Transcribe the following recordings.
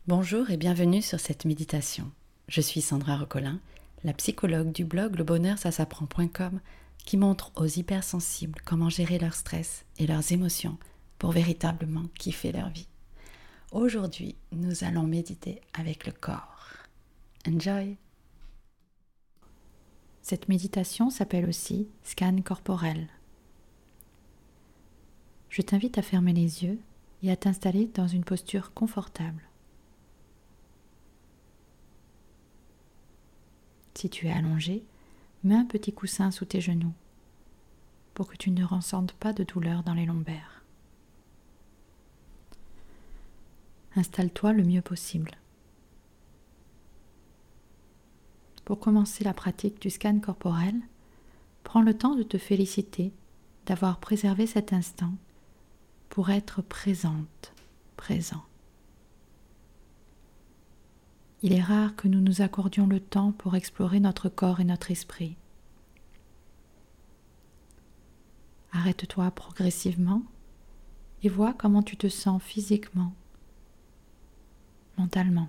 Bonjour et bienvenue sur cette méditation. Je suis Sandra Recolin, la psychologue du blog lebonheursasapprend.com qui montre aux hypersensibles comment gérer leur stress et leurs émotions pour véritablement kiffer leur vie. Aujourd'hui, nous allons méditer avec le corps. Enjoy! Cette méditation s'appelle aussi scan corporel. Je t'invite à fermer les yeux et à t'installer dans une posture confortable. Si tu es allongé, mets un petit coussin sous tes genoux pour que tu ne ressentes pas de douleur dans les lombaires. Installe-toi le mieux possible. Pour commencer la pratique du scan corporel, prends le temps de te féliciter d'avoir préservé cet instant pour être présente, présent. Il est rare que nous nous accordions le temps pour explorer notre corps et notre esprit. Arrête-toi progressivement et vois comment tu te sens physiquement, mentalement.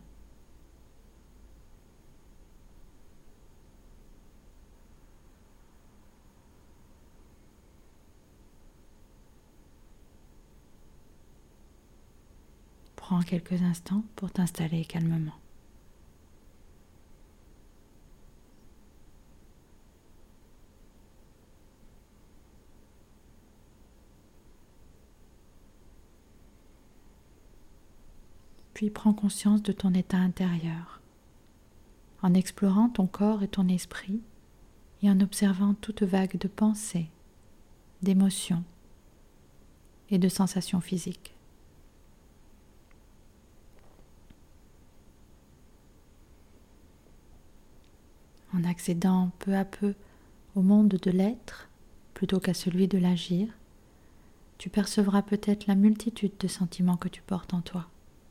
Prends quelques instants pour t'installer calmement. Puis prends conscience de ton état intérieur, en explorant ton corps et ton esprit et en observant toute vague de pensées, d'émotions et de sensations physiques. En accédant peu à peu au monde de l'être plutôt qu'à celui de l'agir, tu percevras peut-être la multitude de sentiments que tu portes en toi.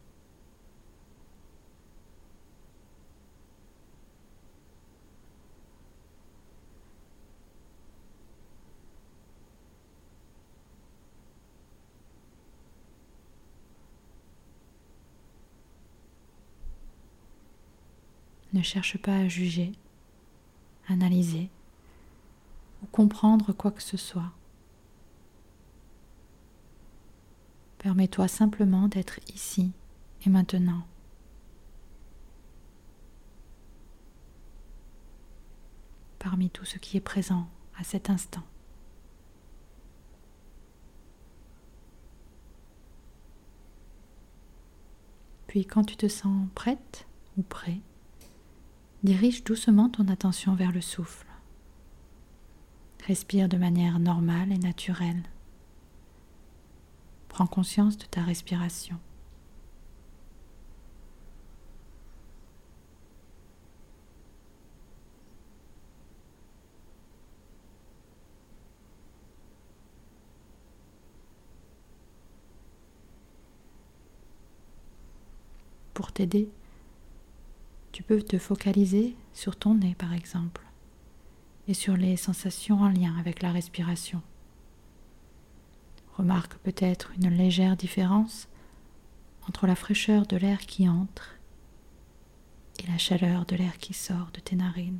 Ne cherche pas à juger, analyser ou comprendre quoi que ce soit. Permets-toi simplement d'être ici et maintenant. Parmi tout ce qui est présent à cet instant. Puis quand tu te sens prête ou prêt, dirige doucement ton attention vers le souffle. Respire de manière normale et naturelle. Prends conscience de ta respiration. Pour t'aider, tu peux te focaliser sur ton nez par exemple et sur les sensations en lien avec la respiration. Remarque peut-être une légère différence entre la fraîcheur de l'air qui entre et la chaleur de l'air qui sort de tes narines.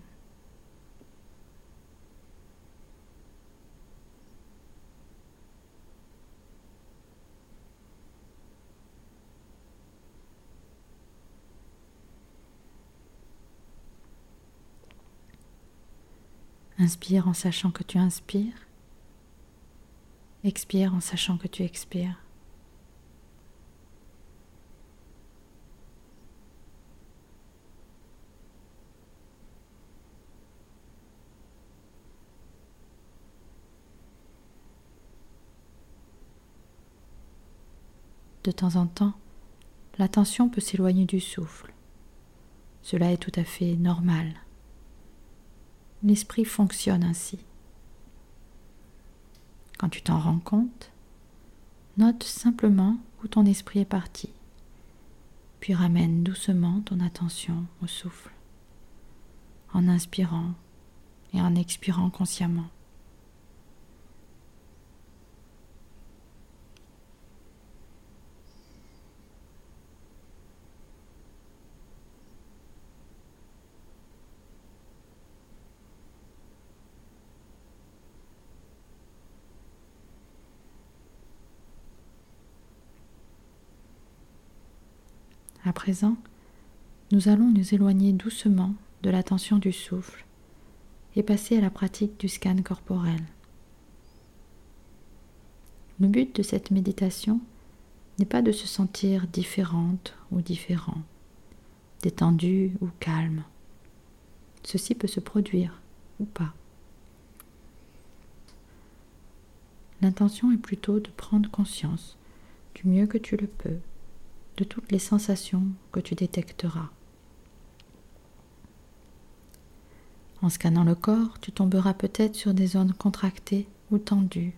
Inspire en sachant que tu inspires. Expire en sachant que tu expires. De temps en temps, l'attention peut s'éloigner du souffle. Cela est tout à fait normal. L'esprit fonctionne ainsi. Quand tu t'en rends compte, note simplement où ton esprit est parti, puis ramène doucement ton attention au souffle, en inspirant et en expirant consciemment. À présent, nous allons nous éloigner doucement de la tension du souffle et passer à la pratique du scan corporel. Le but de cette méditation n'est pas de se sentir différente ou différent, détendu ou calme. Ceci peut se produire ou pas. L'intention est plutôt de prendre conscience, du mieux que tu le peux, de toutes les sensations que tu détecteras. En scannant le corps, tu tomberas peut-être sur des zones contractées ou tendues.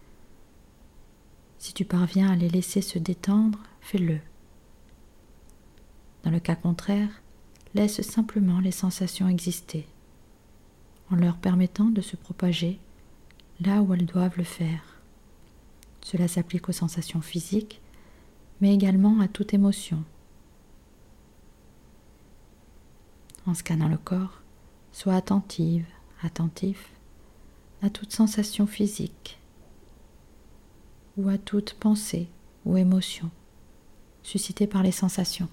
Si tu parviens à les laisser se détendre, fais-le. Dans le cas contraire, laisse simplement les sensations exister, en leur permettant de se propager là où elles doivent le faire. Cela s'applique aux sensations physiques, mais également à toute émotion. En scannant le corps, sois attentive, attentif à toute sensation physique ou à toute pensée ou émotion suscitée par les sensations.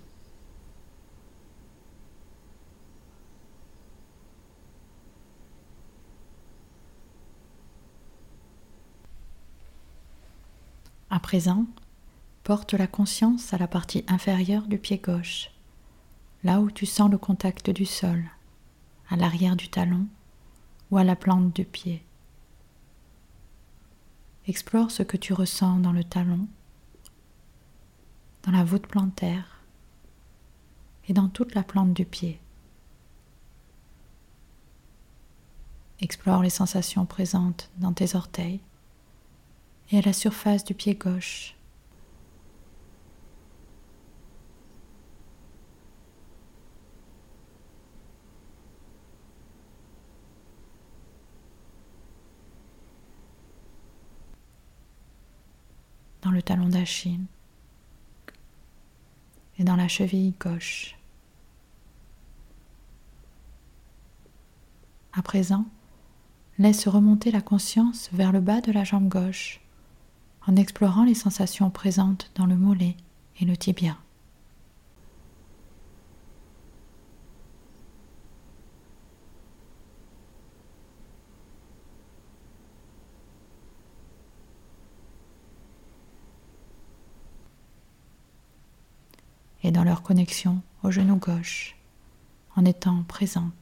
À présent, porte la conscience à la partie inférieure du pied gauche, là où tu sens le contact du sol, à l'arrière du talon ou à la plante du pied. Explore ce que tu ressens dans le talon, dans la voûte plantaire et dans toute la plante du pied. Explore les sensations présentes dans tes orteils et à la surface du pied gauche. Dans le talon d'Achille et dans la cheville gauche. À présent, laisse remonter la conscience vers le bas de la jambe gauche en explorant les sensations présentes dans le mollet et le tibia. Et dans leur connexion au genou gauche, en étant présent.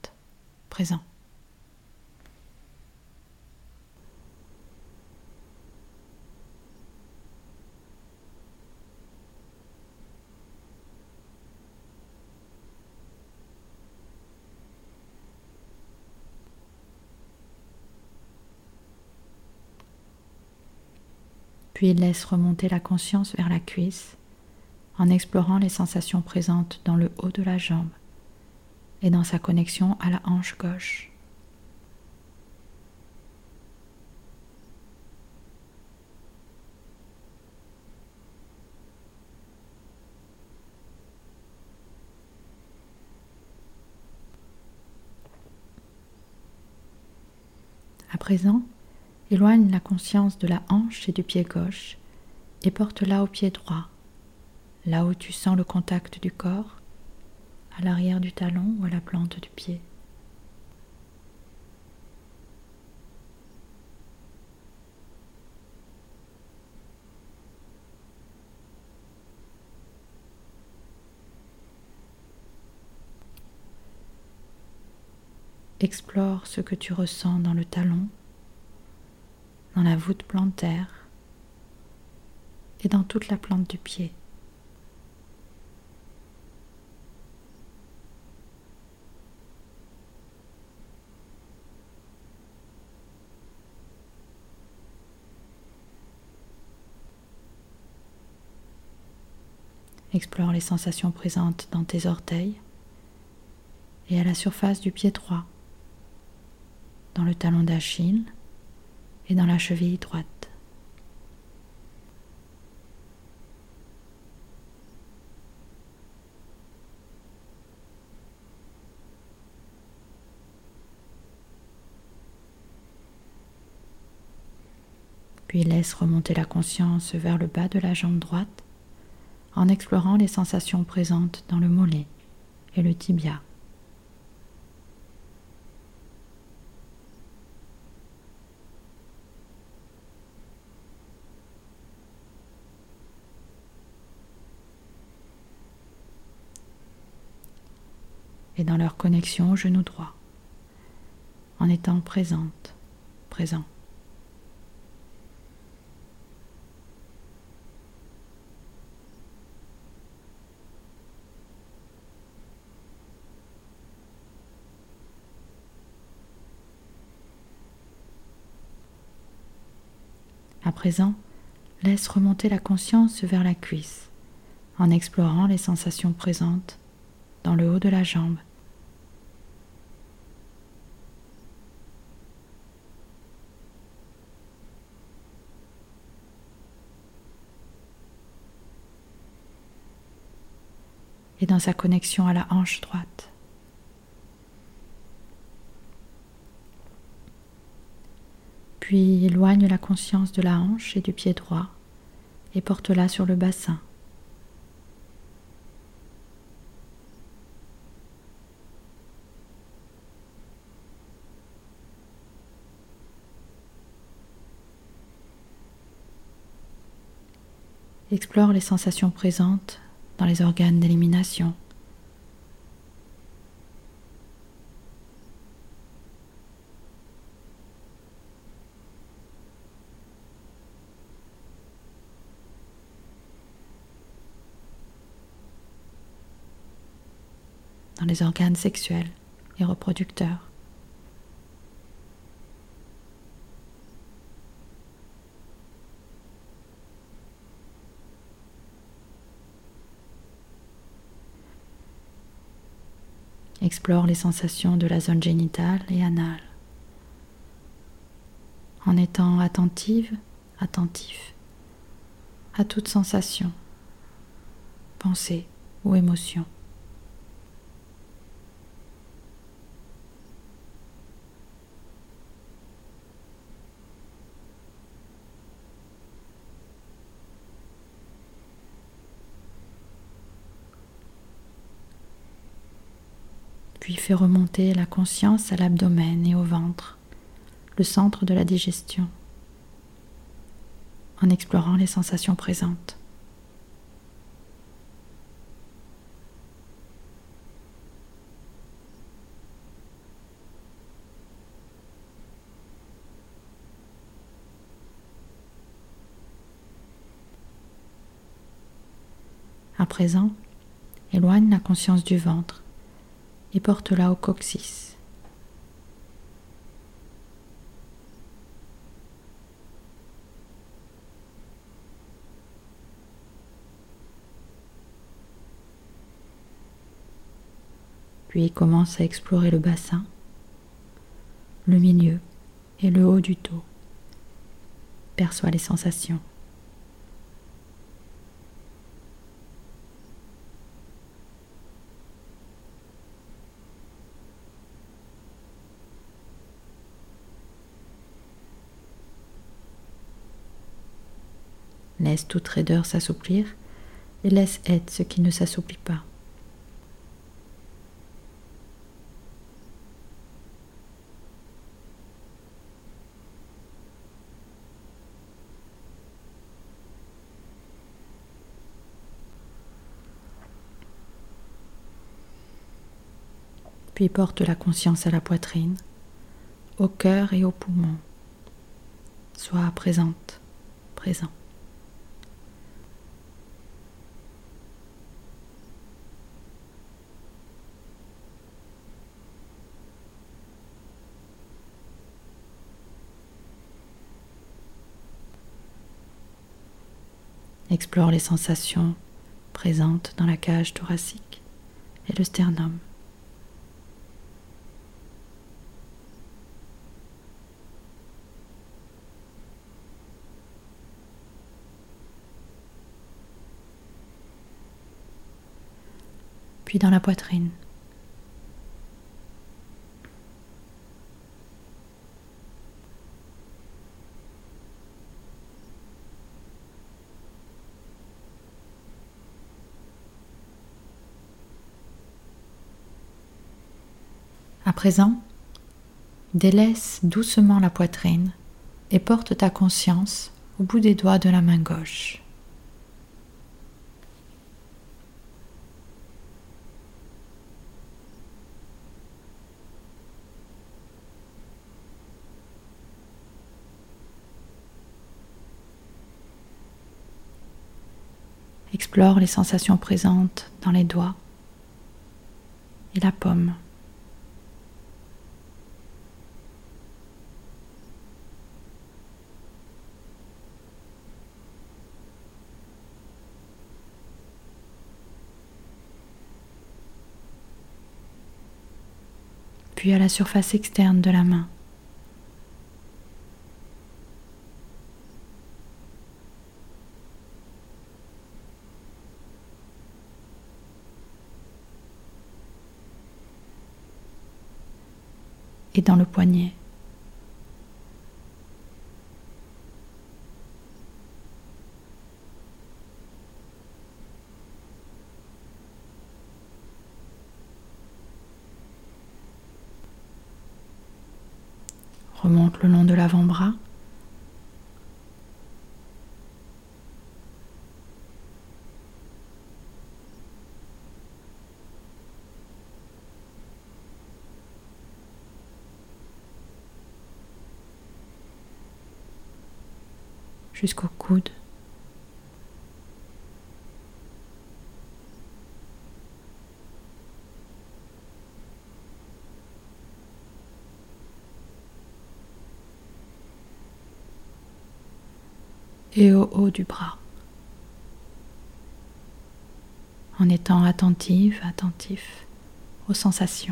Puis laisse remonter la conscience vers la cuisse en explorant les sensations présentes dans le haut de la jambe et dans sa connexion à la hanche gauche. À présent, éloigne la conscience de la hanche et du pied gauche et porte-la au pied droit, là où tu sens le contact du corps, à l'arrière du talon ou à la plante du pied. Explore ce que tu ressens dans le talon, dans la voûte plantaire et dans toute la plante du pied. Explore les sensations présentes dans tes orteils et à la surface du pied droit, dans le talon d'Achille et dans la cheville droite. Puis laisse remonter la conscience vers le bas de la jambe droite en explorant les sensations présentes dans le mollet et le tibia. Et dans leur connexion au genou droit, en étant présente, présent. À présent, laisse remonter la conscience vers la cuisse, en explorant les sensations présentes dans le haut de la jambe. Et dans sa connexion à la hanche droite. Puis éloigne la conscience de la hanche et du pied droit et porte-la sur le bassin. Explore les sensations présentes dans les organes d'élimination. Dans les organes sexuels et reproducteurs. Explore les sensations de la zone génitale et anale, en étant attentive, attentif à toute sensation, pensée ou émotion. Puis fais remonter la conscience à l'abdomen et au ventre, le centre de la digestion, en explorant les sensations présentes. À présent, éloigne la conscience du ventre et porte-la au coccyx. Puis commence à explorer le bassin, le milieu et le haut du dos. Perçois les sensations. Laisse toute raideur s'assouplir et laisse être ce qui ne s'assouplit pas. Puis porte la conscience à la poitrine, au cœur et aux poumons. Sois présente, présent. Explore les sensations présentes dans la cage thoracique et le sternum. Puis dans la poitrine. À présent, délaisse doucement la poitrine et porte ta conscience au bout des doigts de la main gauche. Explore les sensations présentes dans les doigts et la paume. Puis à la surface externe de la main. Et dans le poignet. Remonte le long de l'avant-bras. Jusqu'au coude. Et au haut du bras, en étant attentif aux sensations.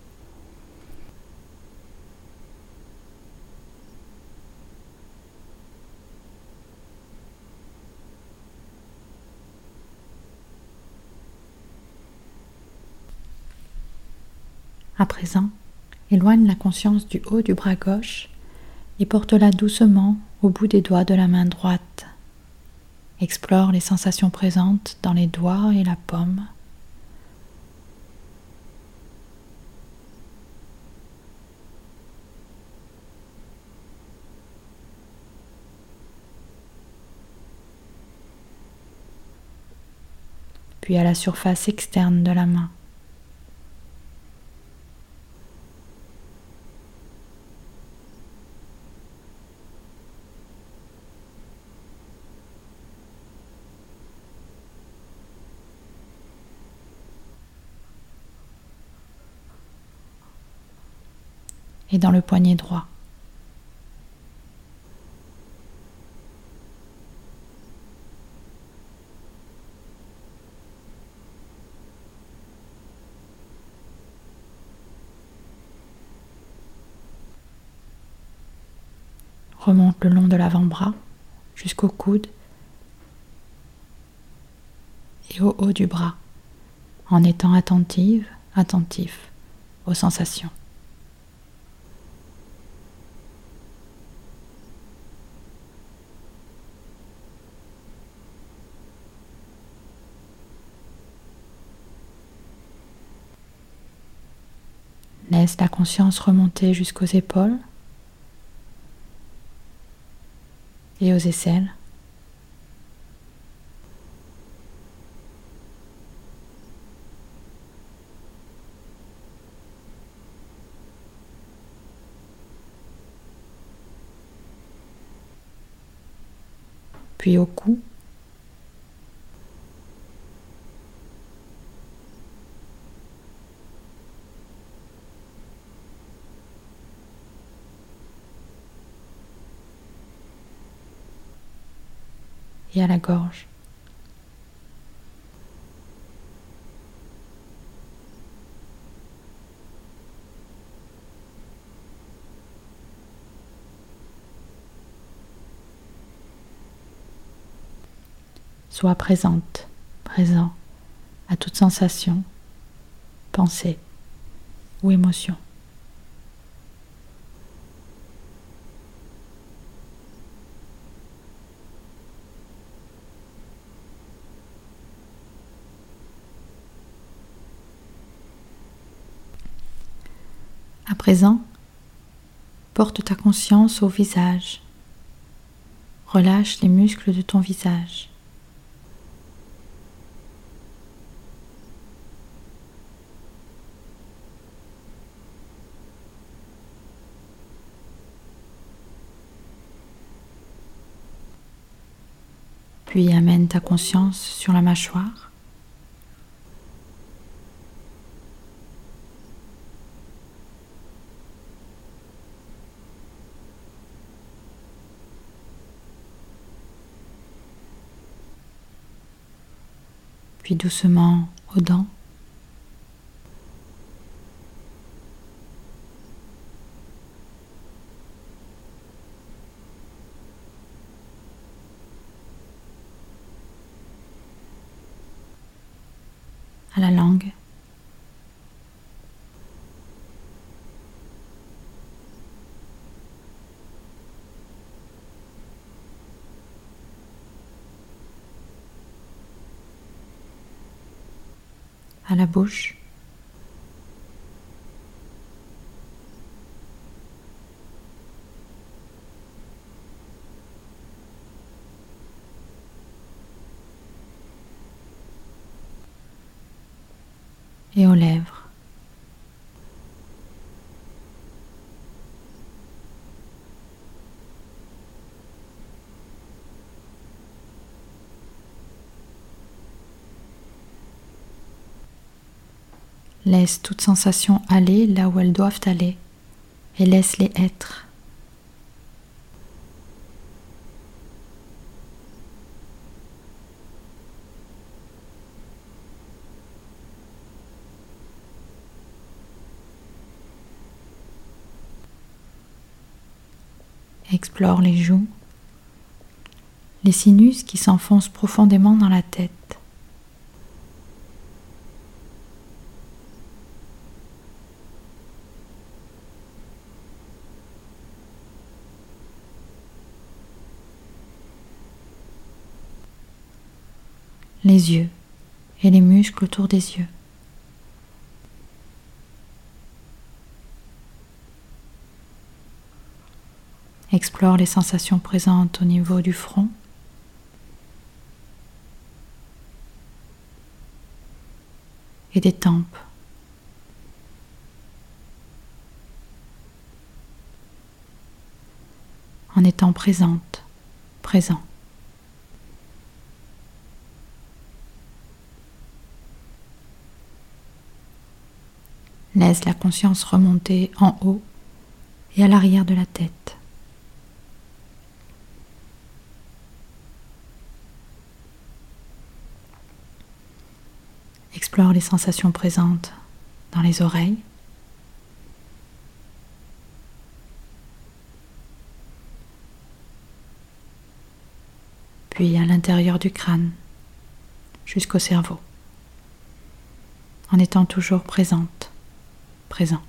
À présent, éloigne la conscience du haut du bras gauche et porte-la doucement au bout des doigts de la main droite. Explore les sensations présentes dans les doigts et la paume. Puis à la surface externe de la main. Et dans le poignet droit. Remonte le long de l'avant-bras jusqu'au coude et au haut du bras, en étant attentif aux sensations. Laisse la conscience remonter jusqu'aux épaules et aux aisselles. Puis au cou. Et à la gorge. Sois présent à toute sensation, pensée ou émotion. À présent, porte ta conscience au visage. Relâche les muscles de ton visage. Puis amène ta conscience sur la mâchoire. Puis doucement aux dents. À la langue. À la bouche. Et aux lèvres. Laisse toute sensation aller là où elles doivent aller et laisse-les être. Explore les joues, les sinus qui s'enfoncent profondément dans la tête. Les yeux et les muscles autour des yeux. Explore les sensations présentes au niveau du front. Et des tempes. En étant présente, présent. Laisse la conscience remonter en haut et à l'arrière de la tête. Explore les sensations présentes dans les oreilles. Puis à l'intérieur du crâne, jusqu'au cerveau, en étant toujours présente, présent.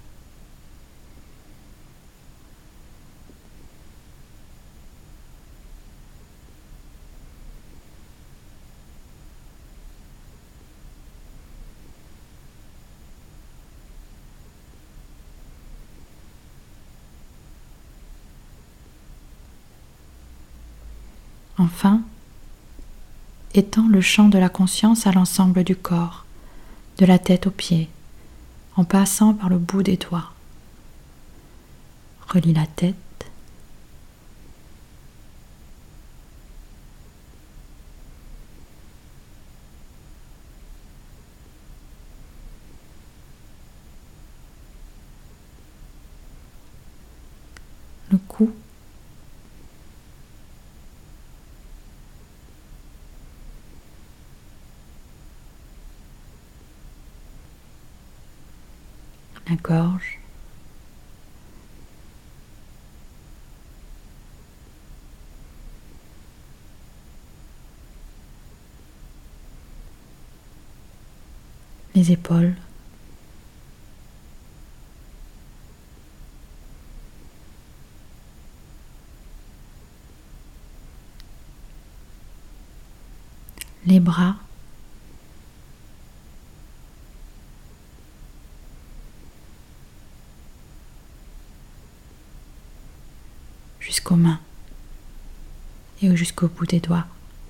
Enfin, étends le champ de la conscience à l'ensemble du corps, de la tête aux pieds, en passant par le bout des doigts. Relie la tête, le cou, la gorge, les épaules, les bras, jusqu'aux mains et jusqu'au bout des doigts.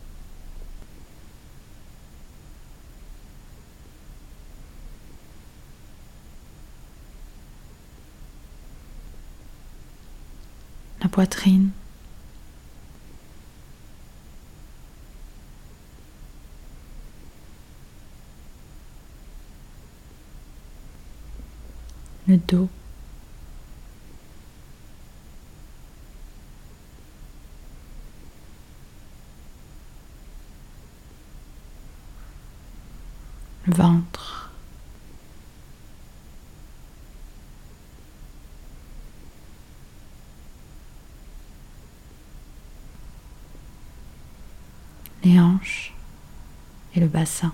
La poitrine, le dos, le ventre, les hanches et le bassin.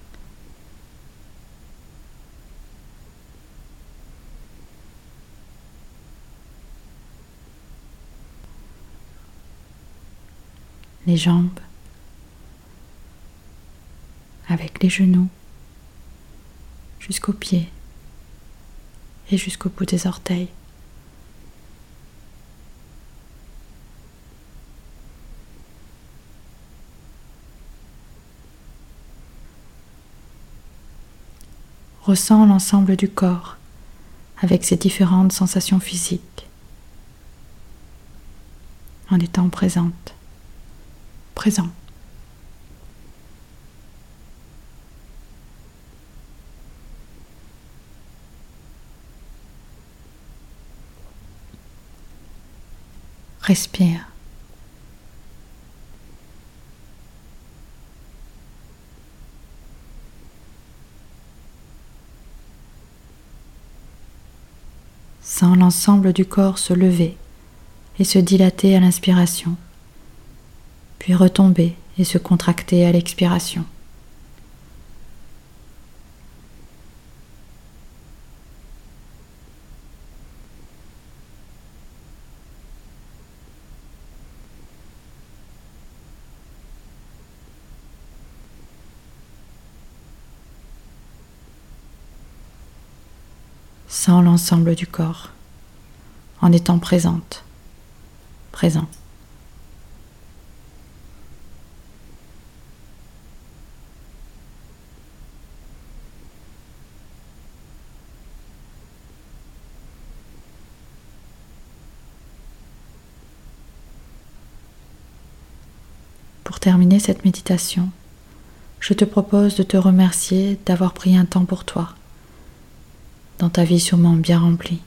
Les jambes avec les genoux jusqu'aux pieds et jusqu'au bout des orteils. Ressens l'ensemble du corps avec ses différentes sensations physiques en étant présent. Respire. Sens l'ensemble du corps se lever et se dilater à l'inspiration, puis retomber et se contracter à l'expiration. Sens l'ensemble du corps en étant présent. Pour terminer cette méditation, je te propose de te remercier d'avoir pris un temps pour toi, dans ta vie sûrement bien remplie.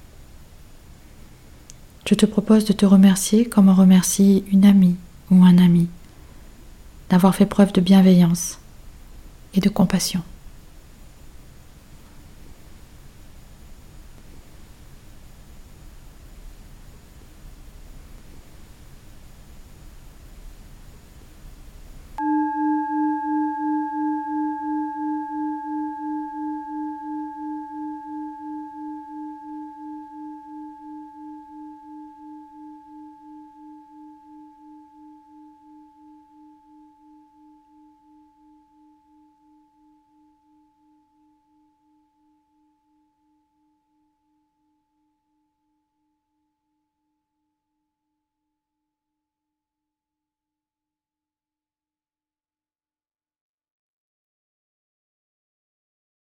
Je te propose de te remercier comme on remercie une amie ou un ami, d'avoir fait preuve de bienveillance et de compassion.